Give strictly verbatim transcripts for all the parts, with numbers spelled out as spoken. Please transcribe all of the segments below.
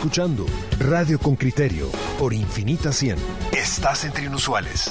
escuchando Radio con Criterio por Infinita cien. Estás entre inusuales.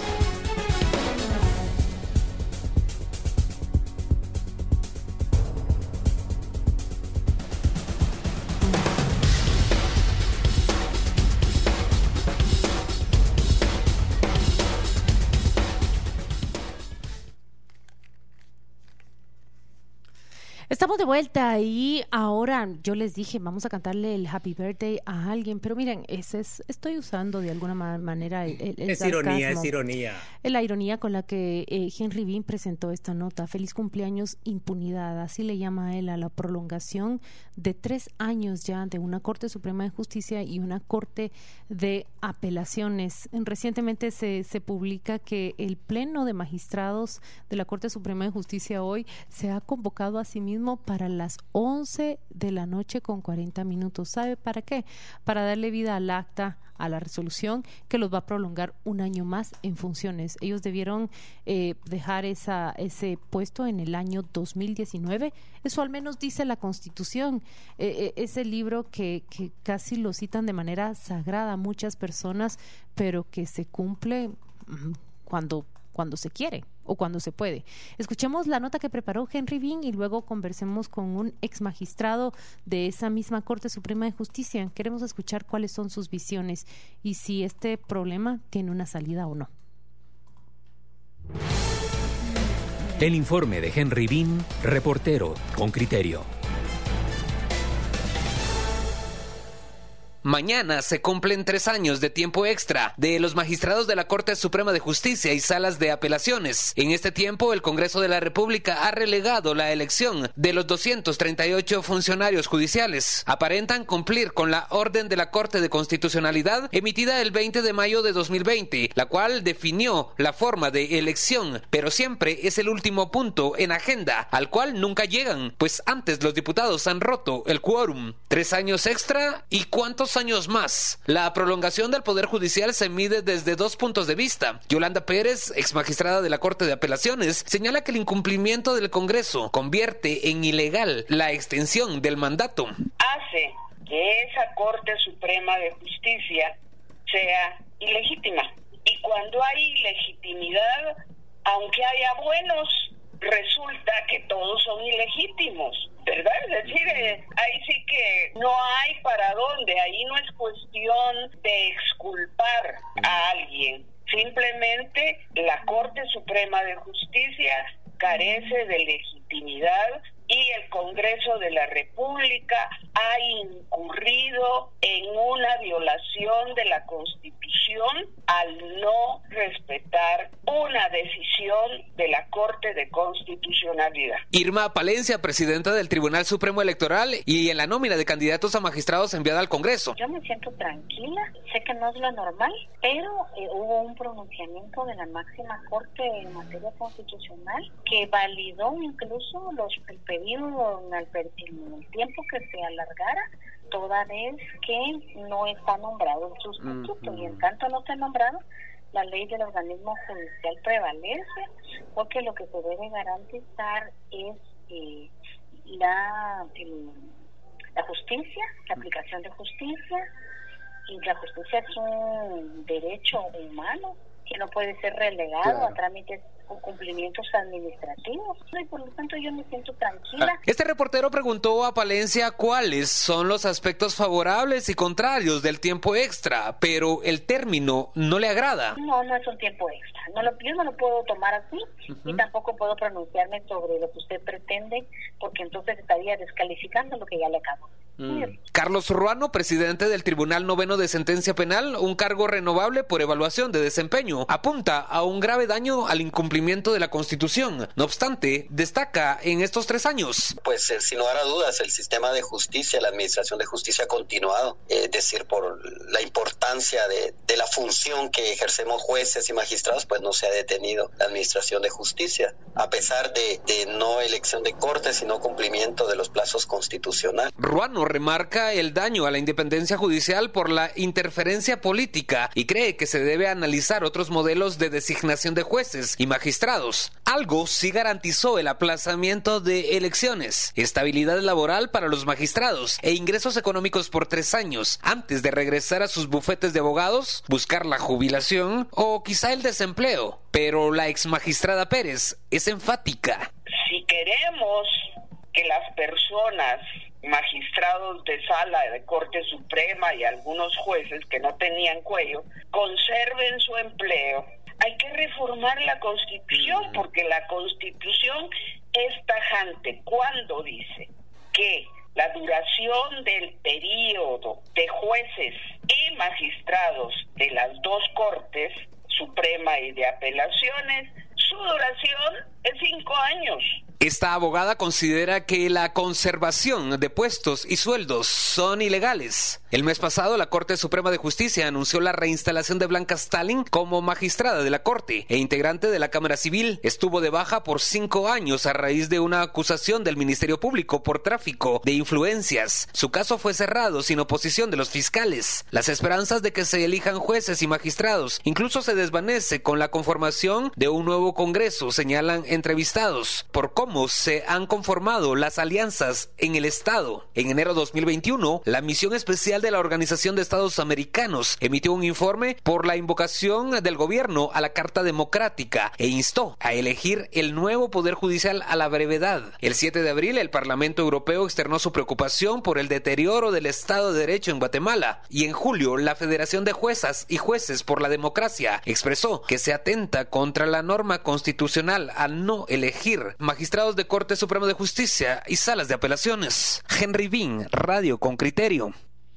Estamos de vuelta y ahora yo les dije, vamos a cantarle el Happy Birthday a alguien, pero miren, ese es, estoy usando de alguna manera el, el, el Es sarcasmo, ironía, es ironía. la ironía con la que eh, Henry Bean presentó esta nota. Feliz cumpleaños, impunidad, así le llama él a la prolongación de tres años ya de una Corte Suprema de Justicia y una Corte de Apelaciones. Recientemente se, se publica que el Pleno de Magistrados de la Corte Suprema de Justicia hoy se ha convocado a sí mismo para las once de la noche con cuarenta minutos. ¿Sabe para qué? Para darle vida al acta, a la resolución que los va a prolongar un año más en funciones. Ellos debieron eh, dejar esa, ese puesto en el año dos mil diecinueve. Eso al menos dice la Constitución. Eh, eh, ese libro que, que casi lo citan de manera sagrada muchas personas, pero que se cumple mmm, cuando cuando se quiere o cuando se puede. Escuchemos la nota que preparó Henry Bean y luego conversemos con un ex magistrado de esa misma Corte Suprema de Justicia. Queremos escuchar cuáles son sus visiones y si este problema tiene una salida o no. El informe de Henry Bean, reportero con criterio. Mañana se cumplen tres años de tiempo extra de los magistrados de la Corte Suprema de Justicia y salas de apelaciones. En este tiempo, el Congreso de la República ha relegado la elección de los doscientos treinta y ocho funcionarios judiciales. Aparentan cumplir con la orden de la Corte de Constitucionalidad emitida el veinte de mayo de dos mil veinte, la cual definió la forma de elección, pero siempre es el último punto en agenda, al cual nunca llegan, pues antes los diputados han roto el quórum. Tres años extra y cuántos años más. La prolongación del Poder Judicial se mide desde dos puntos de vista. Yolanda Pérez, ex magistrada de la Corte de Apelaciones, señala que el incumplimiento del Congreso convierte en ilegal la extensión del mandato. Hace que esa Corte Suprema de Justicia sea ilegítima. Y cuando hay ilegitimidad, aunque haya buenos, resulta que todos son ilegítimos, ¿verdad? Es decir, eh, ahí sí que no hay para dónde, ahí no es cuestión de exculpar a alguien, simplemente la Corte Suprema de Justicia carece de legitimidad y el Congreso de la República ha incurrido en una violación de la Constitución al no respetar una decisión de la Corte de Constitucionalidad. Irma Palencia, presidenta del Tribunal Supremo Electoral y en la nómina de candidatos a magistrados enviada al Congreso. Yo me siento tranquila, sé que no es lo normal, pero eh, hubo un pronunciamiento de la máxima Corte en materia constitucional que validó incluso los el pedido en el, en el tiempo que se alargara, toda vez que no está nombrado el sustituto, uh-huh. y en tanto no esté nombrado, la ley del organismo judicial prevalece, porque lo que se debe garantizar es eh, la, el, la justicia, la aplicación de justicia, y la justicia es un derecho humano que no puede ser relegado claro. a trámites o cumplimientos administrativos, y por lo tanto yo me siento tranquila. Este reportero preguntó a Palencia cuáles son los aspectos favorables y contrarios del tiempo extra, pero el término no le agrada. No, no es un tiempo extra, no lo, yo no lo puedo tomar así, uh-huh. y tampoco puedo pronunciarme sobre lo que usted pretende, porque entonces estaría descalificando lo que ya le acabo. Mm. Carlos Ruano, presidente del Tribunal Noveno de Sentencia Penal, un cargo renovable por evaluación de desempeño, apunta a un grave daño al incumplimiento de la Constitución. No obstante, destaca en estos tres años. Pues eh, sin lugar a dudas, el sistema de justicia, la administración de justicia ha continuado, es eh, decir, por la importancia de, de la función que ejercemos jueces y magistrados, pues pues no se ha detenido la administración de justicia, a pesar de, de no elección de corte, sino cumplimiento de los plazos constitucionales. Ruano remarca el daño a la independencia judicial por la interferencia política y cree que se debe analizar otros modelos de designación de jueces y magistrados. Algo sí garantizó el aplazamiento de elecciones, estabilidad laboral para los magistrados e ingresos económicos por tres años antes de regresar a sus bufetes de abogados, buscar la jubilación o quizá el desempleo. Pero la exmagistrada Pérez es enfática. Si queremos que las personas, magistrados de sala de Corte Suprema y algunos jueces que no tenían cuello, conserven su empleo, hay que reformar la Constitución, porque la Constitución es tajante cuando dice que la duración del periodo de jueces y magistrados de las dos Cortes, Suprema y de Apelaciones, su duración es cinco años. Esta abogada considera que la conservación de puestos y sueldos son ilegales. El mes pasado, la Corte Suprema de Justicia anunció la reinstalación de Blanca Stalin como magistrada de la Corte e integrante de la Cámara Civil. Estuvo de baja por cinco años a raíz de una acusación del Ministerio Público por tráfico de influencias. Su caso fue cerrado sin oposición de los fiscales. Las esperanzas de que se elijan jueces y magistrados incluso se desvanece con la conformación de un nuevo Congreso, señalan entrevistados, por cómo se han conformado las alianzas en el Estado. En enero de dos mil veintiuno, la Misión Especial de la Organización de Estados Americanos emitió un informe por la invocación del gobierno a la Carta Democrática e instó a elegir el nuevo Poder Judicial a la brevedad. El siete de abril, el Parlamento Europeo externó su preocupación por el deterioro del Estado de Derecho en Guatemala, y en julio, la Federación de Juezas y Jueces por la Democracia expresó que se atenta contra la norma constitucional al no elegir magistrados de Corte Suprema de Justicia y salas de apelaciones. Henry Bean, Radio con Criterio.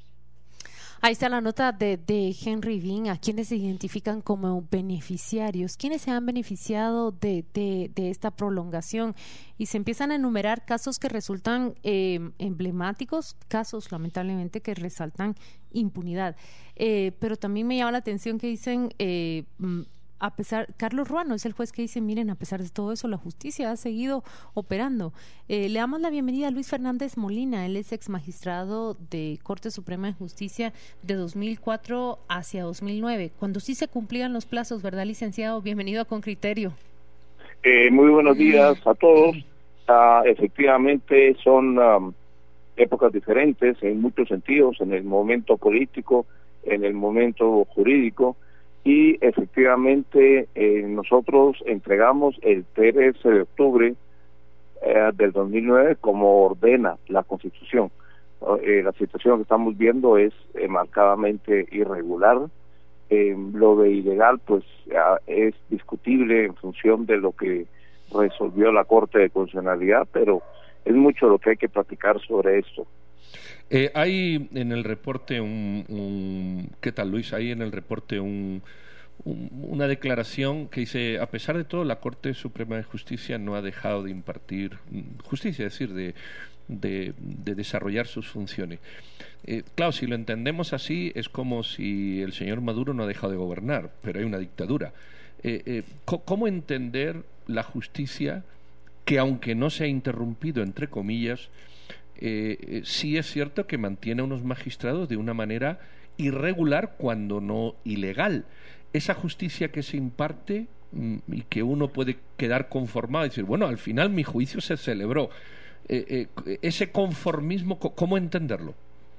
Ahí está la nota de, de Henry Bean, a quienes se identifican como beneficiarios, quienes se han beneficiado de, de, de esta prolongación, y se empiezan a enumerar casos que resultan eh, emblemáticos, casos lamentablemente que resaltan impunidad. Eh, pero también me llama la atención que dicen... Eh, a pesar, Carlos Ruano es el juez que dice, miren, a pesar de todo eso, la justicia ha seguido operando. Eh, le damos la bienvenida a Luis Fernández Molina, él es ex magistrado de Corte Suprema de Justicia de dos mil cuatro hacia dos mil nueve, cuando sí se cumplían los plazos, ¿verdad, licenciado? Bienvenido a Con Criterio. Eh, muy buenos días a todos. Uh, efectivamente son um, épocas diferentes en muchos sentidos, en el momento político, en el momento jurídico. Y efectivamente eh, nosotros entregamos el trece de octubre eh, del dos mil nueve como ordena la Constitución. Eh, la situación que estamos viendo es eh, marcadamente irregular. Eh, lo de ilegal pues eh, es discutible en función de lo que resolvió la Corte de Constitucionalidad, pero es mucho lo que hay que platicar sobre esto. Eh, hay en el reporte un, un... ¿Qué tal, Luis? Hay en el reporte un, un, una declaración que dice, a pesar de todo, la Corte Suprema de Justicia no ha dejado de impartir justicia, es decir, de, de, de desarrollar sus funciones. Eh, claro, si lo entendemos así, es como si el señor Maduro no ha dejado de gobernar, pero hay una dictadura. Eh, eh, ¿Cómo entender la justicia que, aunque no se ha interrumpido, entre comillas, Eh, eh, sí es cierto que mantiene a unos magistrados de una manera irregular, cuando no ilegal? Esa justicia que se imparte mm, y que uno puede quedar conformado y decir, bueno, al final mi juicio se celebró. Eh, eh, ese conformismo, ¿cómo entenderlo?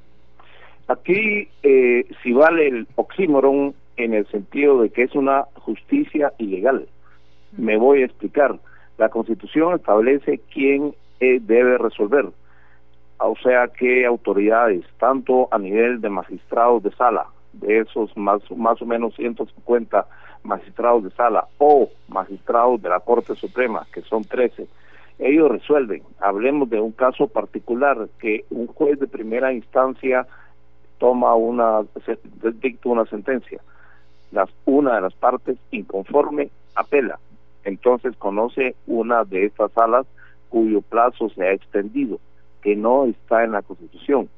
Aquí eh, si vale el oxímoron en el sentido de que es una justicia ilegal. Me voy a explicar. La Constitución establece quién eh, debe resolver. O sea, que autoridades, tanto a nivel de magistrados de sala, de esos más, más o menos ciento cincuenta magistrados de sala, o magistrados de la Corte Suprema, que son trece, ellos resuelven. Hablemos de un caso particular, que un juez de primera instancia toma una, dicta una sentencia. Las, una de las partes inconforme apela. Entonces conoce una de estas salas cuyo plazo se ha extendido, que no está en la Constitución.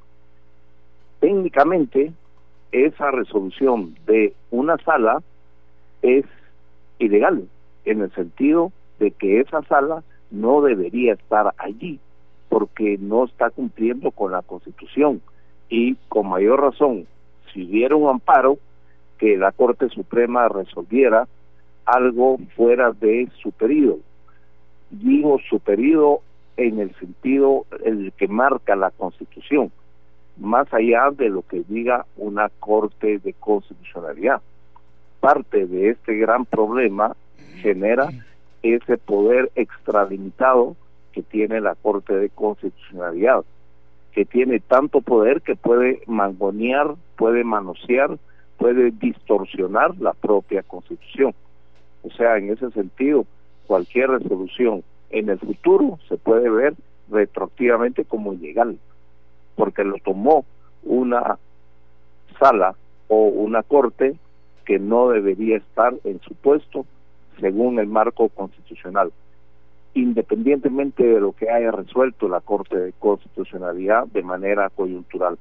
Técnicamente, esa resolución de una sala es ilegal, en el sentido de que esa sala no debería estar allí, porque no está cumpliendo con la Constitución, y con mayor razón, si hubiera un amparo, que la Corte Suprema resolviera algo fuera de su periodo. Digo su periodo en el sentido el que marca la Constitución, más allá de lo que diga una Corte de Constitucionalidad. Parte de este gran problema genera ese poder extralimitado que tiene la Corte de Constitucionalidad, que tiene tanto poder que puede mangonear, puede manosear, puede distorsionar la propia Constitución. O sea, en ese sentido, cualquier resolución en el futuro se puede ver retroactivamente como ilegal, porque lo tomó una sala o una corte que no debería estar en su puesto según el marco constitucional, independientemente de lo que haya resuelto la Corte de Constitucionalidad de manera coyuntural.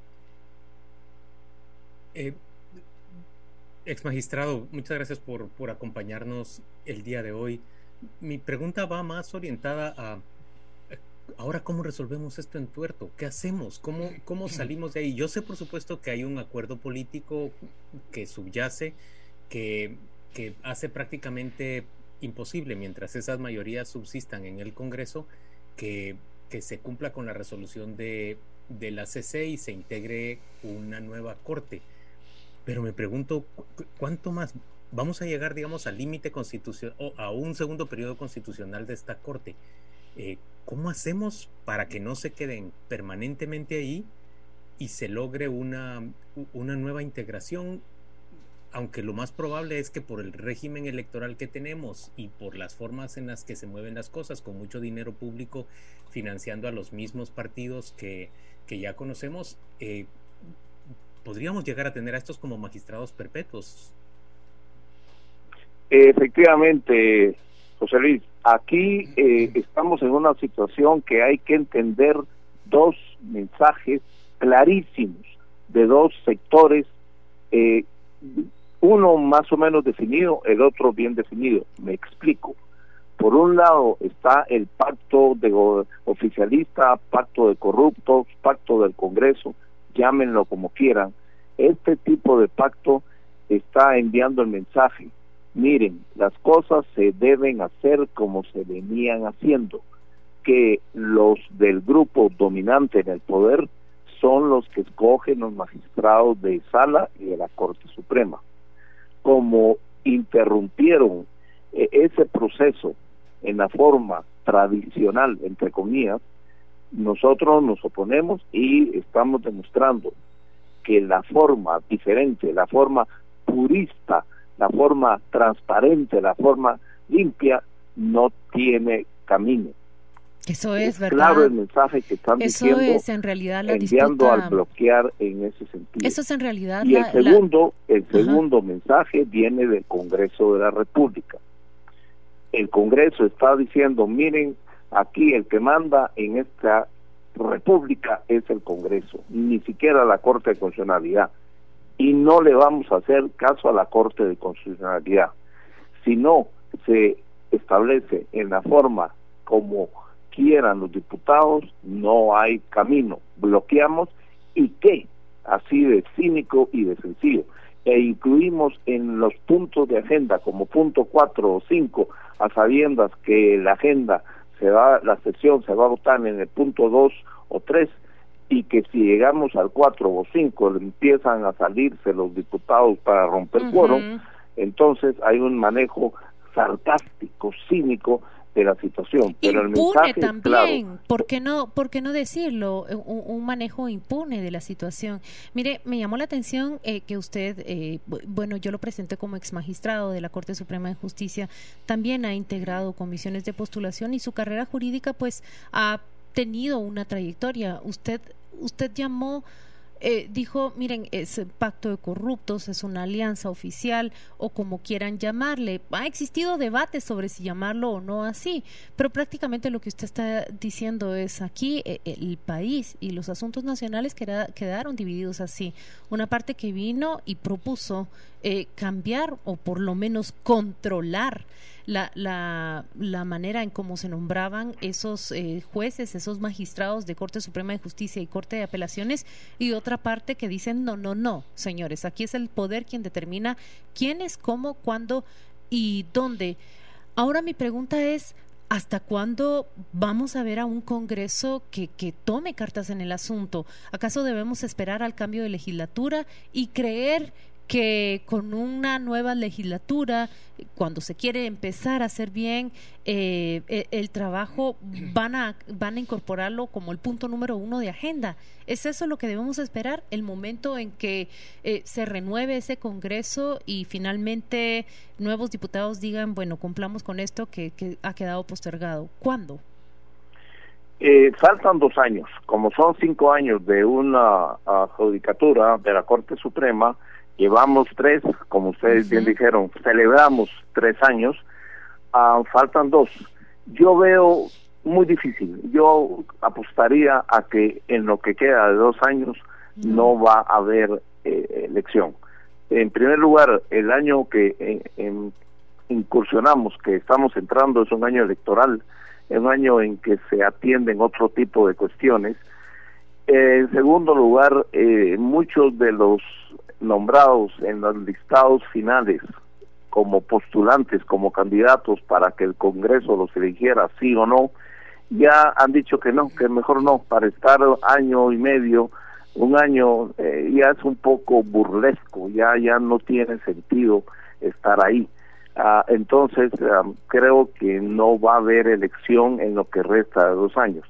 Eh, ex magistrado, muchas gracias por, por acompañarnos el día de hoy. Mi pregunta va más orientada a ahora cómo resolvemos esto en tuerto, qué hacemos, cómo, cómo salimos de ahí. Yo sé por supuesto que hay un acuerdo político que subyace, que, que hace prácticamente imposible, mientras esas mayorías subsistan en el Congreso, que, que se cumpla con la resolución de, de la C C y se integre una nueva corte. Pero me pregunto, ¿cu- ¿cuánto más vamos a llegar, digamos, al límite constitucional o a un segundo periodo constitucional de esta corte? Eh, ¿Cómo hacemos para que no se queden permanentemente ahí y se logre una, una nueva integración? Aunque lo más probable es que por el régimen electoral que tenemos y por las formas en las que se mueven las cosas, con mucho dinero público financiando a los mismos partidos que, que ya conocemos, eh, podríamos llegar a tener a estos como magistrados perpetuos. Efectivamente, José Luis, aquí eh, estamos en una situación que hay que entender dos mensajes clarísimos de dos sectores, eh, uno más o menos definido, el otro bien definido. Me explico. Por un lado está el pacto de oficialista, pacto de corruptos, pacto del Congreso, llámenlo como quieran. Este tipo de pacto está enviando el mensaje: miren, las cosas se deben hacer como se venían haciendo, que los del grupo dominante en el poder son los que escogen los magistrados de sala y de la Corte Suprema. Como interrumpieron eh, ese proceso en la forma tradicional, entre comillas, nosotros nos oponemos y estamos demostrando que la forma diferente, la forma purista, la forma transparente, la forma limpia, no tiene camino. Eso es, es ¿verdad? Claro el mensaje que están Eso diciendo, es en realidad la enviando disputa... al bloquear en ese sentido. Eso es en realidad y la, el segundo, la... el segundo mensaje viene del Congreso de la República. El Congreso está diciendo, miren, aquí el que manda en esta República es el Congreso, ni siquiera la Corte de Constitucionalidad. Y no le vamos a hacer caso a la Corte de Constitucionalidad. Si no se establece en la forma como quieran los diputados, no hay camino. Bloqueamos, y qué, así de cínico y de sencillo. E incluimos en los puntos de agenda como punto cuatro o cinco, a sabiendas que la agenda se va, la sesión se va a votar en el punto dos o tres, y que si llegamos al cuatro o cinco le empiezan a salirse los diputados para romper uh-huh. quórum, entonces hay un manejo sarcástico, cínico de la situación. Pero impune el mensaje también, claro. ¿por qué no, por qué no decirlo? Un, un manejo impune de la situación. Mire, me llamó la atención eh, que usted, eh, bueno, yo lo presenté como ex magistrado de la Corte Suprema de Justicia, también ha integrado comisiones de postulación y su carrera jurídica pues ha tenido una trayectoria. Usted, usted llamó eh, dijo, miren, es pacto de corruptos, es una alianza oficial o como quieran llamarle. Ha existido debate sobre si llamarlo o no así, pero prácticamente lo que usted está diciendo es aquí eh, el país y los asuntos nacionales queda, quedaron divididos así. Una parte que vino y propuso eh, cambiar o por lo menos controlar La, la, la manera en cómo se nombraban esos eh, jueces, esos magistrados de Corte Suprema de Justicia y Corte de Apelaciones, y otra parte que dicen no, no, no, señores, aquí es el poder quien determina quiénes, cómo, cuándo y dónde. Ahora mi pregunta es, ¿hasta cuándo vamos a ver a un Congreso que, que tome cartas en el asunto? ¿Acaso debemos esperar al cambio de legislatura y creer que con una nueva legislatura, cuando se quiere empezar a hacer bien eh, el, el trabajo, van a van a incorporarlo como el punto número uno de agenda? ¿Es eso lo que debemos esperar, el momento en que eh, se renueve ese Congreso y finalmente nuevos diputados digan, bueno, cumplamos con esto que, que ha quedado postergado? ¿Cuándo? Eh, faltan dos años. Como son cinco años de una uh, judicatura de la Corte Suprema, llevamos tres, como ustedes uh-huh. bien dijeron, celebramos tres años, uh, faltan dos. Yo veo muy difícil, yo apostaría a que en lo que queda de dos años uh-huh. no va a haber eh, elección. En primer lugar, el año que eh, en, incursionamos, que estamos entrando, es un año electoral, es un año en que se atienden otro tipo de cuestiones. Eh, en segundo lugar, eh, muchos de los nombrados en los listados finales como postulantes, como candidatos para que el Congreso los eligiera sí o no, ya han dicho que no, que mejor no, para estar año y medio, un año eh, ya es un poco burlesco, ya ya no tiene sentido estar ahí. Uh, entonces um, creo que no va a haber elección en lo que resta de dos años.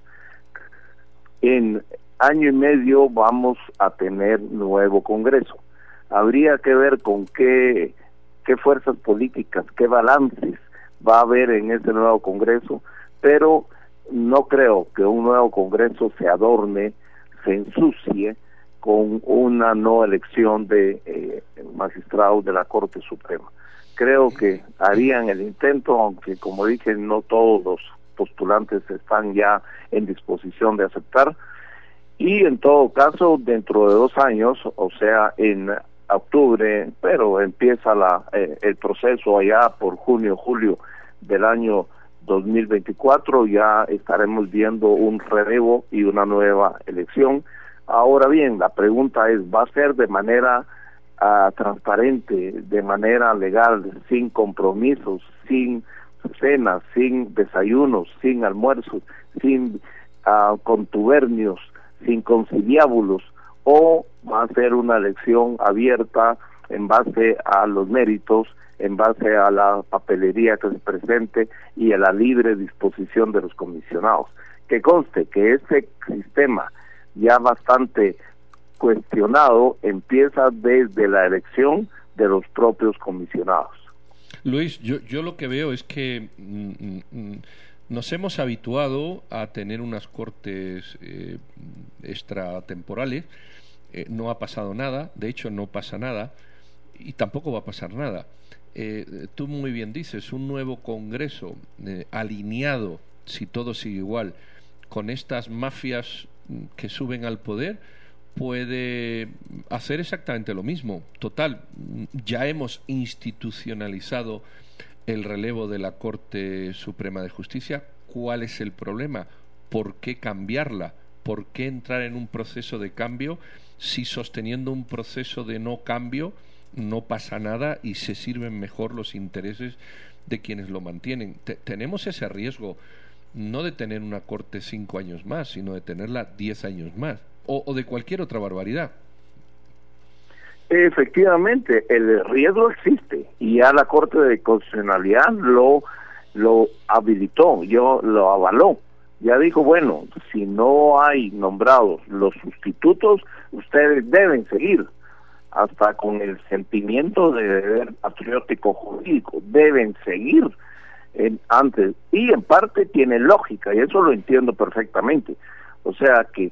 En año y medio vamos a tener nuevo Congreso. Habría que ver con qué, qué fuerzas políticas, qué balances va a haber en ese nuevo Congreso, pero no creo que un nuevo Congreso se adorne, se ensucie con una no elección de eh, magistrados de la Corte Suprema. Creo que harían el intento, aunque como dije, no todos los postulantes están ya en disposición de aceptar, y en todo caso, dentro de dos años, o sea, en octubre, pero empieza la eh, el proceso allá por junio, julio del año dos mil veinticuatro, ya estaremos viendo un relevo y una nueva elección. Ahora bien, la pregunta es, ¿va a ser de manera uh, transparente, de manera legal, sin compromisos, sin cenas, sin desayunos, sin almuerzos, sin uh, contubernios, sin conciliábulos, o va a ser una elección abierta en base a los méritos, en base a la papelería que se presente y a la libre disposición de los comisionados? Que conste que este sistema, ya bastante cuestionado, empieza desde la elección de los propios comisionados. Luis, yo, yo lo que veo es que mm, mm, nos hemos habituado a tener unas cortes eh, extratemporales. Eh, no ha pasado nada, de hecho no pasa nada y tampoco va a pasar nada. Eh, tú muy bien dices, un nuevo Congreso eh, alineado, si todo sigue igual, con estas mafias que suben al poder, puede hacer exactamente lo mismo. Total, ya hemos institucionalizado el relevo de la Corte Suprema de Justicia. ¿Cuál es el problema? ¿Por qué cambiarla? ¿Por qué entrar en un proceso de cambio si sosteniendo un proceso de no cambio no pasa nada y se sirven mejor los intereses de quienes lo mantienen? Te- tenemos ese riesgo, no de tener una corte cinco años más, sino de tenerla diez años más, o, o de cualquier otra barbaridad. Efectivamente, el riesgo existe y ya la Corte de Constitucionalidad lo, lo habilitó, yo lo avaló. Ya dijo, bueno, si no hay nombrados los sustitutos, ustedes deben seguir, hasta con el sentimiento de deber patriótico jurídico, deben seguir en, antes, y en parte tiene lógica, y eso lo entiendo perfectamente. O sea que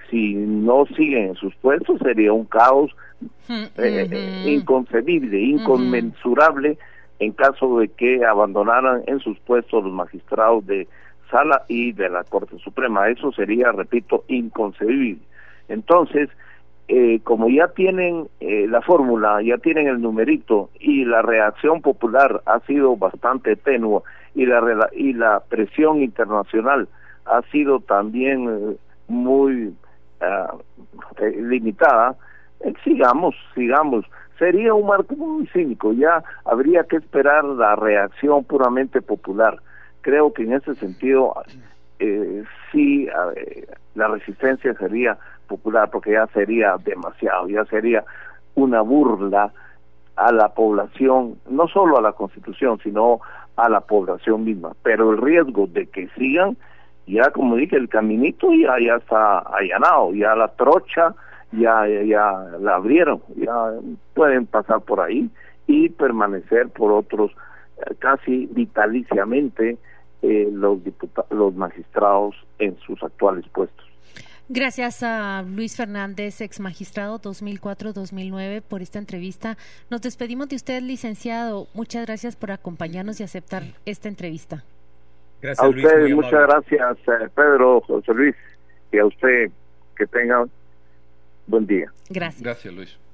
si no siguen en sus puestos sería un caos Mm, eh, ujú. inconcebible, inconmensurable en caso de que abandonaran en sus puestos los magistrados de Sala y de la Corte Suprema. Eso sería, repito, inconcebible. Entonces, eh, como ya tienen eh, la fórmula, ya tienen el numerito y la reacción popular ha sido bastante tenue y la rela- y la presión internacional ha sido también eh, muy uh, eh, limitada, eh, sigamos, sigamos. Sería un marco muy cínico, ya habría que esperar la reacción puramente popular. Creo que en ese sentido eh, sí eh, la resistencia sería popular, porque ya sería demasiado, ya sería una burla a la población, no solo a la Constitución, sino a la población misma. Pero el riesgo de que sigan, ya como dije, el caminito ya, ya está allanado, ya la trocha ya, ya, ya la abrieron, ya pueden pasar por ahí y permanecer por otros eh, casi vitaliciamente eh, los diputados, los magistrados en sus actuales puestos. Gracias a Luis Fernández, ex magistrado dos mil cuatro a dos mil nueve, por esta entrevista. Nos despedimos de usted, licenciado. Muchas gracias por acompañarnos y aceptar esta entrevista. Gracias, a Luis, ustedes, muchas gracias, eh, Pedro, José Luis, y a usted que tenga buen día. Gracias. Gracias, Luis.